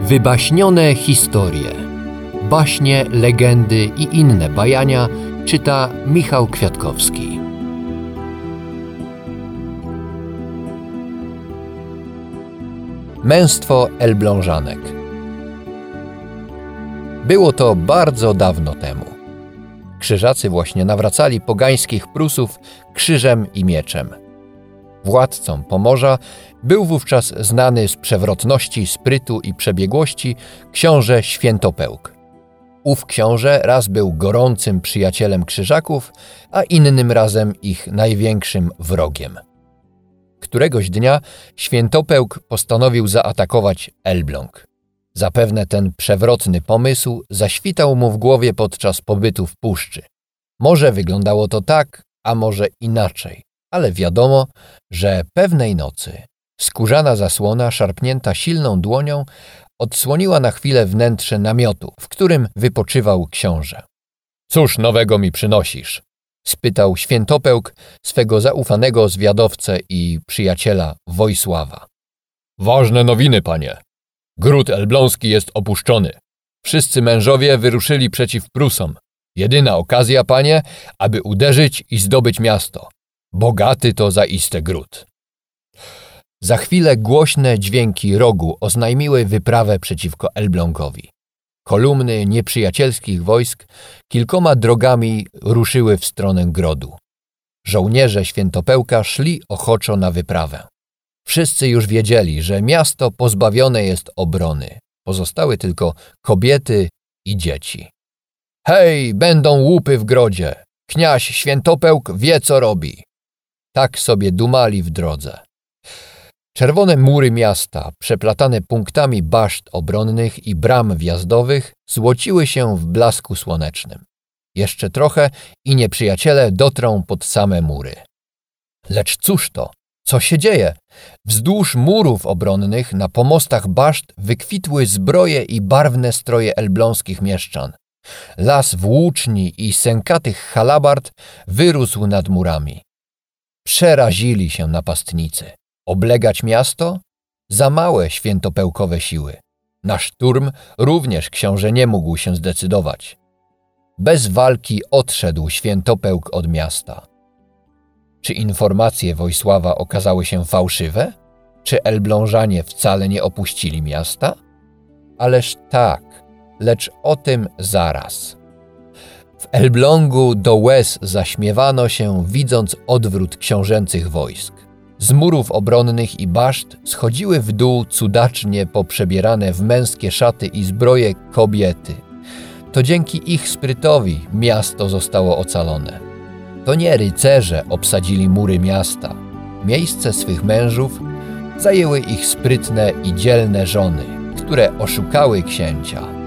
Wybaśnione historie. Baśnie, legendy i inne bajania czyta Michał Kwiatkowski. Męstwo Elblążanek. Było to bardzo dawno temu. Krzyżacy właśnie nawracali pogańskich Prusów krzyżem i mieczem. Władcą Pomorza był wówczas znany z przewrotności, sprytu i przebiegłości książę Świętopełk. Ów książę raz był gorącym przyjacielem Krzyżaków, a innym razem ich największym wrogiem. Któregoś dnia Świętopełk postanowił zaatakować Elbląg. Zapewne ten przewrotny pomysł zaświtał mu w głowie podczas pobytu w puszczy. Może wyglądało to tak, a może inaczej, ale wiadomo, że pewnej nocy skórzana zasłona, szarpnięta silną dłonią, odsłoniła na chwilę wnętrze namiotu, w którym wypoczywał książę. „Cóż nowego mi przynosisz?” spytał Świętopełk swego zaufanego zwiadowcę i przyjaciela Wojsława. „Ważne nowiny, panie. Gród elbląski jest opuszczony. Wszyscy mężowie wyruszyli przeciw Prusom. Jedyna okazja, panie, aby uderzyć i zdobyć miasto. Bogaty to zaiste gród.” Za chwilę głośne dźwięki rogu oznajmiły wyprawę przeciwko Elblągowi. Kolumny nieprzyjacielskich wojsk kilkoma drogami ruszyły w stronę grodu. Żołnierze Świętopełka szli ochoczo na wyprawę. Wszyscy już wiedzieli, że miasto pozbawione jest obrony. Pozostały tylko kobiety i dzieci. „Hej, będą łupy w grodzie! Kniaź Świętopełk wie, co robi!” Tak sobie dumali w drodze. Czerwone mury miasta, przeplatane punktami baszt obronnych i bram wjazdowych, złociły się w blasku słonecznym. Jeszcze trochę i nieprzyjaciele dotrą pod same mury. Lecz cóż to? Co się dzieje? Wzdłuż murów obronnych na pomostach baszt wykwitły zbroje i barwne stroje elbląskich mieszczan. Las włóczni i sękatych halabard wyrósł nad murami. Przerazili się napastnicy. Oblegać miasto? Za małe świętopełkowe siły. Na szturm również książę nie mógł się zdecydować. Bez walki odszedł Świętopełk od miasta. Czy informacje Wojsława okazały się fałszywe? Czy Elblążanie wcale nie opuścili miasta? Ależ tak, lecz o tym zaraz. W Elblągu do łez zaśmiewano się, widząc odwrót książęcych wojsk. Z murów obronnych i baszt schodziły w dół cudacznie poprzebierane w męskie szaty i zbroje kobiety. To dzięki ich sprytowi miasto zostało ocalone. To nie rycerze obsadzili mury miasta. Miejsce swych mężów zajęły ich sprytne i dzielne żony, które oszukały księcia.